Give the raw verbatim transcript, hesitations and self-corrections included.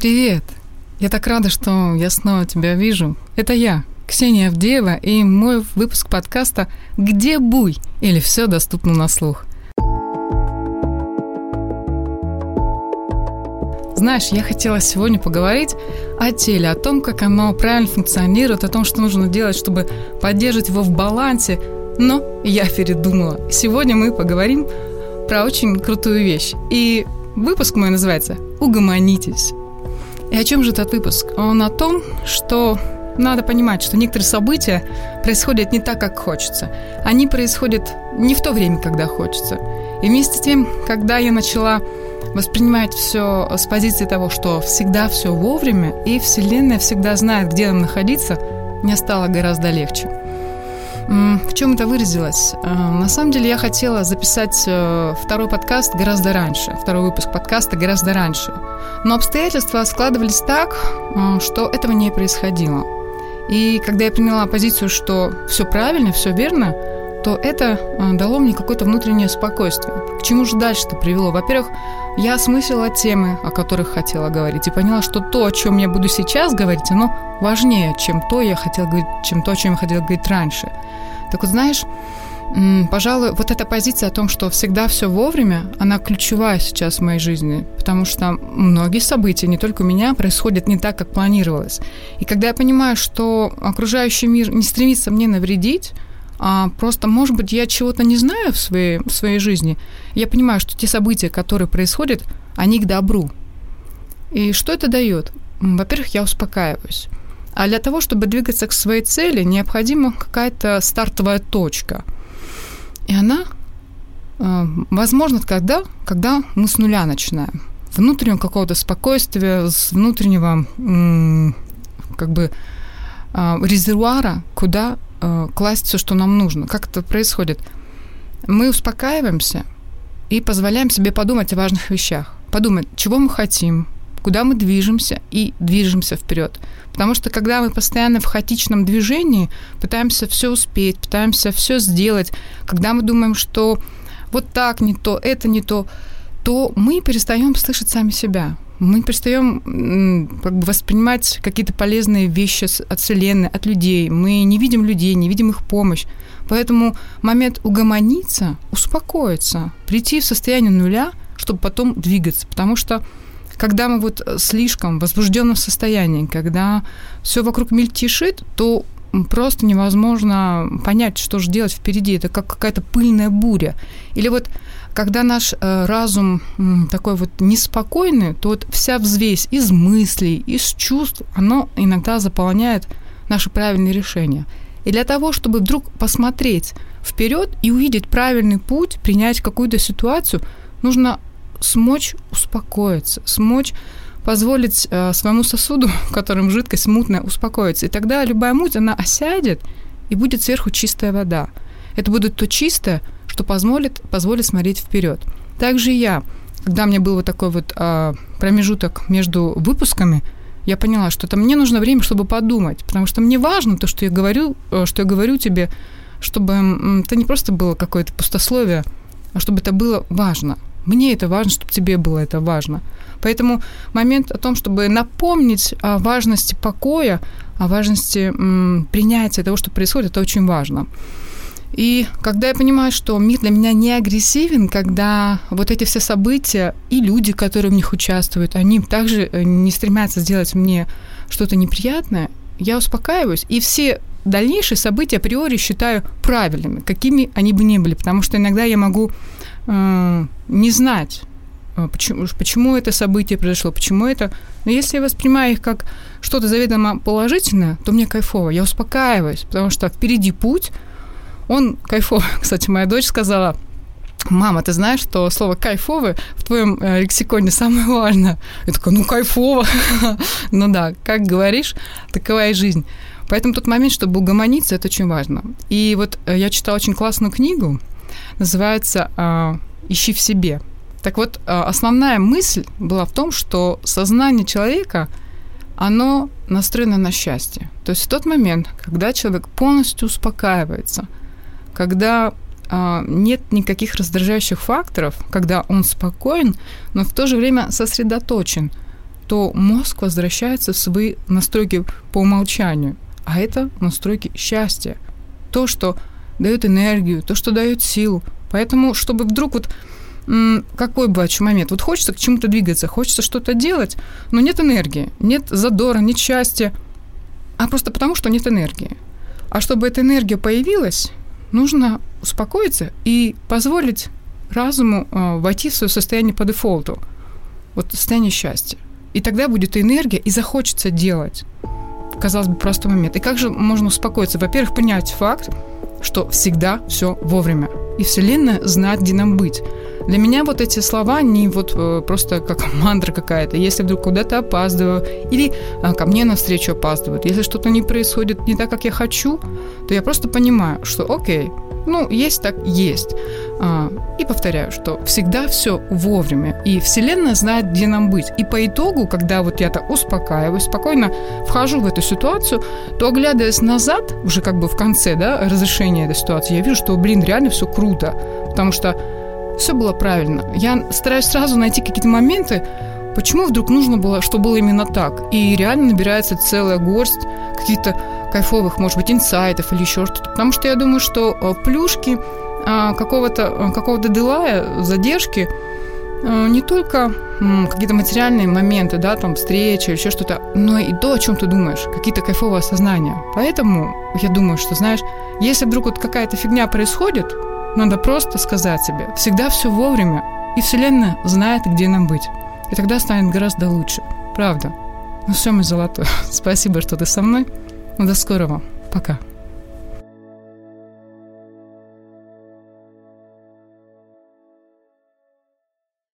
Привет! Я так рада, что я снова тебя вижу. Это я, Ксения Авдеева, и мой выпуск подкаста «Где буй?» или «Все доступно на слух». Знаешь, я хотела сегодня поговорить о теле, о том, как оно правильно функционирует, о том, что нужно делать, чтобы поддерживать его в балансе, но я передумала. Сегодня мы поговорим про очень крутую вещь. И выпуск мой называется «Угомонитесь». И о чем же этот выпуск? Он о том, что надо понимать, что некоторые события происходят не так, как хочется. Они происходят не в то время, когда хочется. И вместе с тем, когда я начала воспринимать все с позиции того, что всегда все вовремя, и Вселенная всегда знает, где нам находиться, мне стало гораздо легче. В чем это выразилось? На самом деле я хотела записать второй подкаст гораздо раньше, второй выпуск подкаста гораздо раньше. Но обстоятельства складывались так, что этого не происходило. И когда я приняла позицию, что все правильно, все верно, то это дало мне какое-то внутреннее спокойствие. К чему же дальше это привело? Во-первых, я осмыслила темы, о которых хотела говорить, и поняла, что то, о чем я буду сейчас говорить, оно важнее, чем то, я хотела говорить, чем то, о чем я хотела говорить раньше. Так вот, знаешь, пожалуй, вот эта позиция о том, что всегда все вовремя, она ключевая сейчас в моей жизни, потому что многие события, не только у меня, происходят не так, как планировалось. И когда я понимаю, что окружающий мир не стремится мне навредить, а просто, может быть, я чего-то не знаю в своей, в своей жизни, я понимаю, что те события, которые происходят, они к добру. И что это дает? Во-первых, я успокаиваюсь. А для того, чтобы двигаться к своей цели, необходима какая-то стартовая точка. И она, возможно, когда, когда мы с нуля начинаем. Внутреннего какого-то спокойствия, с внутреннего как бы резервуара, куда класть все, что нам нужно. Как это происходит? Мы успокаиваемся и позволяем себе подумать о важных вещах. Подумать, чего мы хотим, куда мы движемся, и движемся вперед. Потому что когда мы постоянно в хаотичном движении, пытаемся все успеть, пытаемся все сделать, когда мы думаем, что вот так не то, это не то, то мы перестаем слышать сами себя. Мы перестаем как бы воспринимать какие-то полезные вещи от Вселенной, от людей. Мы не видим людей, не видим их помощь. Поэтому момент угомониться, успокоиться, прийти в состояние нуля, чтобы потом двигаться. Потому что когда мы вот слишком в возбужденном состоянии, когда все вокруг мельтешит, то просто невозможно понять, что же делать впереди. Это как какая-то пыльная буря. Или вот когда наш э, разум м, такой вот неспокойный, то вот вся взвесь из мыслей, из чувств, оно иногда заполняет наши правильные решения. И для того, чтобы вдруг посмотреть вперед и увидеть правильный путь, принять какую-то ситуацию, нужно смочь успокоиться, смочь позволить э, своему сосуду, в котором жидкость мутная, успокоиться. И тогда любая муть, она осядет, и будет сверху чистая вода. Это будет то чистое, что позволит, позволит смотреть вперед. Также я, когда у меня был вот такой вот э, промежуток между выпусками, я поняла, что это мне нужно время, чтобы подумать, потому что мне важно то, что я говорю, э, что я говорю тебе, чтобы э, это не просто было какое-то пустословие, а чтобы это было важно. Мне это важно, чтобы тебе было это важно. Поэтому момент о том, чтобы напомнить о важности покоя, о важности м, принятия того, что происходит, это очень важно. И когда я понимаю, что мир для меня не агрессивен, когда вот эти все события и люди, которые в них участвуют, они также не стремятся сделать мне что-то неприятное, я успокаиваюсь. И все дальнейшие события априори считаю правильными, какими они бы ни были. Потому что иногда я могу э, не знать, почему, почему это событие произошло, почему это... Но если я воспринимаю их как что-то заведомо положительное, то мне кайфово, я успокаиваюсь, потому что впереди путь, он кайфовый. Кстати, моя дочь сказала: мама, ты знаешь, что слово «кайфовый» в твоем лексиконе самое важное? Я такая: ну, кайфово. Ну да, как говоришь, такова и жизнь. Поэтому тот момент, чтобы угомониться, это очень важно. И вот я читала очень классную книгу, называется «Ищи в себе». Так вот, основная мысль была в том, что сознание человека, оно настроено на счастье. То есть в тот момент, когда человек полностью успокаивается, когда а, нет никаких раздражающих факторов, когда он спокоен, но в то же время сосредоточен, то мозг возвращается в свои настройки по умолчанию. А это настройки счастья. То, что дает энергию, то, что дает силу. Поэтому, чтобы вдруг вот м, какой бывает еще момент, вот хочется к чему-то двигаться, хочется что-то делать, но нет энергии, нет задора, нет счастья, а просто потому, что нет энергии. А чтобы эта энергия появилась, нужно успокоиться и позволить разуму э, войти в свое состояние по дефолту, вот состояние счастья. И тогда будет энергия, и захочется делать. Казалось бы, простой момент. И как же можно успокоиться? Во-первых, принять факт, что всегда все вовремя. И Вселенная знает, где нам быть. Для меня вот эти слова не вот э, просто как мантра какая-то. Если вдруг куда-то опаздываю, или э, ко мне навстречу опаздывают, если что-то не происходит не так, как я хочу, то я просто понимаю, что окей, ну, есть так есть. А, и повторяю, что всегда все вовремя. И Вселенная знает, где нам быть. И по итогу, когда вот я-то успокаиваюсь, спокойно вхожу в эту ситуацию, то, оглядываясь назад, уже как бы в конце, да, разрешения этой ситуации, я вижу, что, блин, реально все круто. Потому что все было правильно. Я стараюсь сразу найти какие-то моменты, почему вдруг нужно было, что было именно так. И реально набирается целая горсть каких-то кайфовых, может быть, инсайтов или еще что-то. Потому что я думаю, что плюшки какого-то, какого-то делая, задержки, не только какие-то материальные моменты, да, там, встречи, еще что-то, но и то, о чем ты думаешь, какие-то кайфовые осознания. Поэтому я думаю, что, знаешь, если вдруг вот какая-то фигня происходит, надо просто сказать себе, всегда все вовремя, и Вселенная знает, где нам быть. И тогда станет гораздо лучше. Правда. Ну все, мой золотой. Спасибо, что ты со мной. До скорого. Пока.